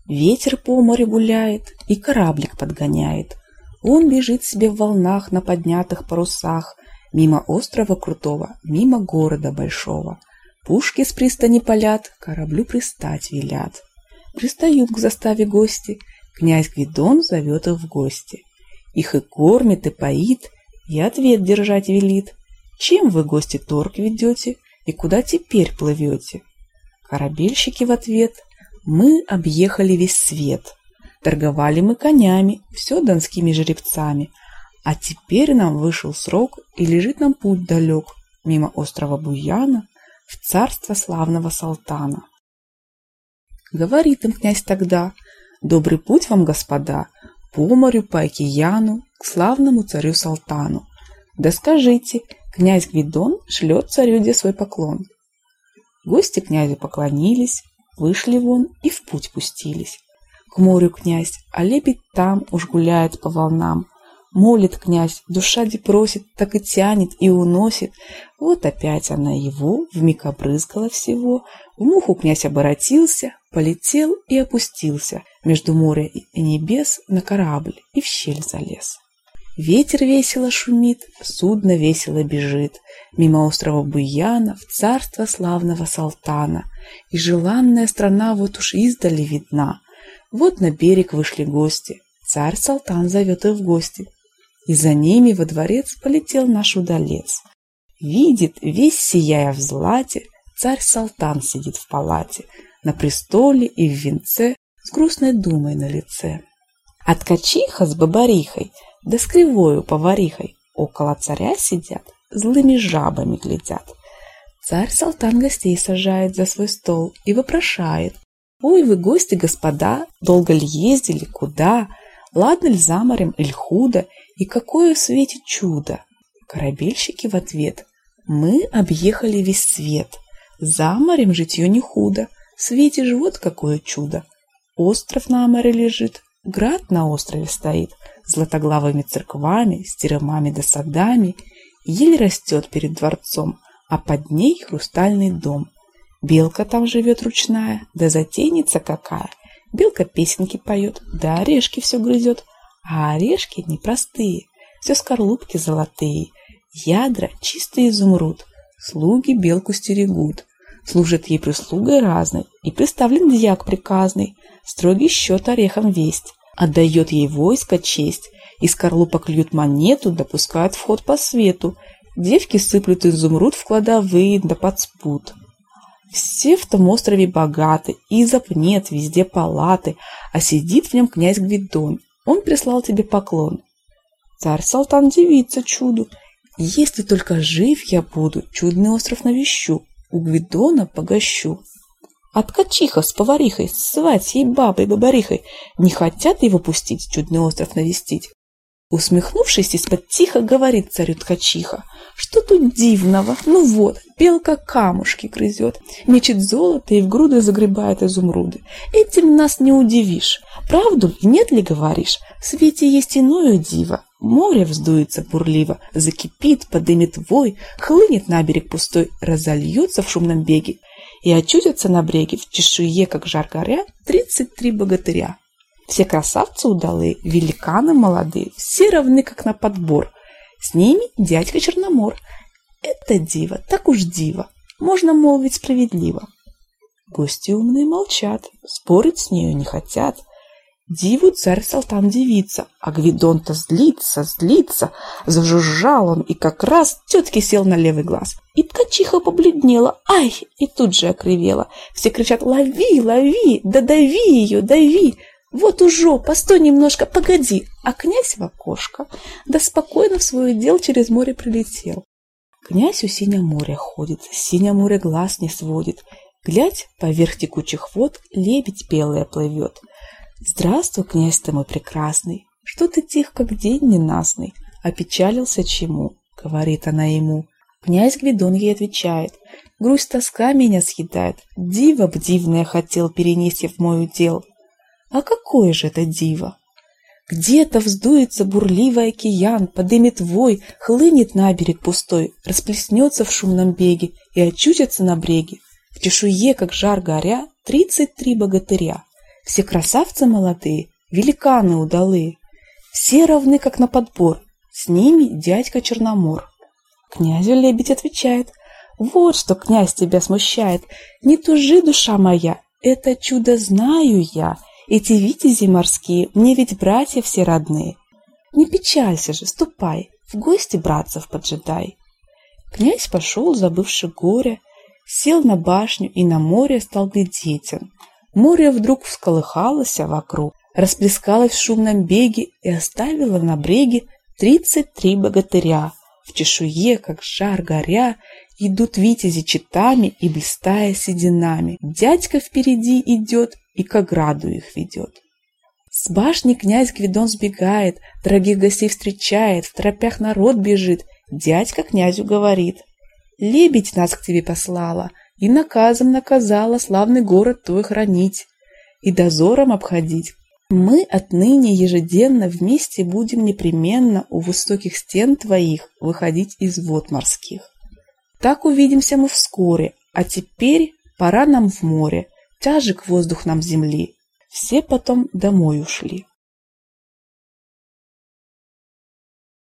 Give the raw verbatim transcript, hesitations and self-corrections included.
Ветер по морю гуляет и кораблик подгоняет. Он бежит себе в волнах на поднятых парусах, мимо острова крутого, мимо города большого. Пушки с пристани палят, кораблю пристать велят. Пристают к заставе гости, князь Гвидон зовет их в гости. Их и кормит, и поит, и ответ держать велит. Чем вы, гости, торг ведете, и куда теперь плывете? Корабельщики в ответ: мы объехали весь свет. Торговали мы конями, все донскими жеребцами, а теперь нам вышел срок, и лежит нам путь далек, мимо острова Буяна, в царство славного Салтана. Говорит им князь тогда: добрый путь вам, господа, по морю, по океану, к славному царю Салтану. Да скажите, князь Гвидон шлет царю где свой поклон. Гости князю поклонились, вышли вон и в путь пустились. К морю князь, а лебедь там уж гуляет по волнам. Молит князь, душа де просит, так и тянет и уносит. Вот опять она его вмиг обрызгала всего. В муху князь оборотился, полетел и опустился между моря и небес на корабль и в щель залез. Ветер весело шумит, судно весело бежит мимо острова Буяна в царство славного Салтана. И желанная страна вот уж издали видна. Вот на берег вышли гости, царь Салтан зовет их в гости. И за ними во дворец полетел наш удалец. Видит, весь сияя в злате, царь Салтан сидит в палате, на престоле и в венце, с грустной думой на лице. А ткачиха с бабарихой, да с кривою поварихой около царя сидят, злыми жабами глядят. Царь Салтан гостей сажает за свой стол и вопрошает: ой, вы гости, господа, долго ли ездили, куда? Ладно ли за морем или худо? И какое в свете чудо? Корабельщики в ответ: мы объехали весь свет. За морем житье не худо, в свете ж вот какое чудо. Остров на море лежит, град на острове стоит, с златоглавыми церквами, с теремами да садами. Ель растет перед дворцом, а под ней хрустальный дом. Белка там живет ручная, да затейница какая. Белка песенки поет, да орешки все грызет. А орешки непростые, все скорлупки золотые. Ядра чистый изумруд, слуги белку стерегут. Служит ей прислугой разной, и приставлен дьяк приказный. Строгий счет орехам весть, отдает ей войско честь. Из скорлупок льют монету, допускают вход по свету. Девки сыплют изумруд в кладовые да под спут. Все в том острове богаты, изоб нет, везде палаты, а сидит в нем князь Гвидон. Он прислал тебе поклон. Царь Салтан дивится чуду: если только жив я буду, чудный остров навещу, у Гвидона погощу. А ткачиха с поварихой, с сватьей бабой бабарихой не хотят его пустить, чудный остров навестить. Усмехнувшись из-под тихо, говорит царю ткачиха: что тут дивного? Ну вот, белка камушки грызет, мечет золото и в груды загребает изумруды. Этим нас не удивишь. Правду ли, нет ли, говоришь? В свете есть иное диво. Море вздуется бурливо, закипит, подымет вой, хлынет на берег пустой, разольется в шумном беге. И очутятся на бреге в чешуе, как жар горя, тридцать три богатыря. Все красавцы удалые, великаны молодые, все равны, как на подбор. С ними дядька Черномор. Это диво, так уж диво, можно молвить справедливо. Гости умные молчат, спорить с нею не хотят. Диву царь Салтан дивится, а Гвидон-то злится, злится. Зажужжал он и как раз тетке сел на левый глаз. И ткачиха побледнела, ай, и тут же окривела. Все кричат: лови, лови, да дави ее, дави. Вот уже, постой немножко, погоди. А князь в окошко, да спокойно в свое дело через море прилетел. Князь у синего моря ходит, синее море глаз не сводит. Глядь, поверх текучих вод лебедь белая плывет. Здравствуй, князь ты мой прекрасный, что ты тих, как день ненастный, опечалился чему, говорит она ему. Князь Гвидон ей отвечает: грусть, тоска меня съедает, диво б дивное хотел перенести в мой удел. А какое же это диво? Где-то вздуется бурливый океан, подымет вой, хлынет на берег пустой, расплеснется в шумном беге и очутится на бреге. В чешуе, как жар горя, тридцать три богатыря. Все красавцы молодые, великаны удалые, все равны, как на подбор, с ними дядька Черномор. Князю лебедь отвечает: вот что, князь, тебя смущает, не тужи, душа моя, это чудо знаю я, эти витязи морские мне ведь братья все родные. Не печалься же, ступай, в гости братцев поджидай. Князь пошел, забывши горе, сел на башню и на море стал глядеть он. Море вдруг всколыхалось вокруг, расплескалось в шумном беге и оставило на бреге тридцать три богатыря. В чешуе, как жар горя, идут витязи четами и блистая сединами. Дядька впереди идет и к ограду их ведет. С башни князь Гвидон сбегает, дорогих гостей встречает, в тропях народ бежит. Дядька князю говорит: лебедь нас к тебе послала и наказом наказала славный город твой хранить и дозором обходить. Мы отныне ежеденно вместе будем непременно у высоких стен твоих выходить из вод морских. Так увидимся мы вскоре, а теперь пора нам в море, тяжек воздух нам земли. Все потом домой ушли.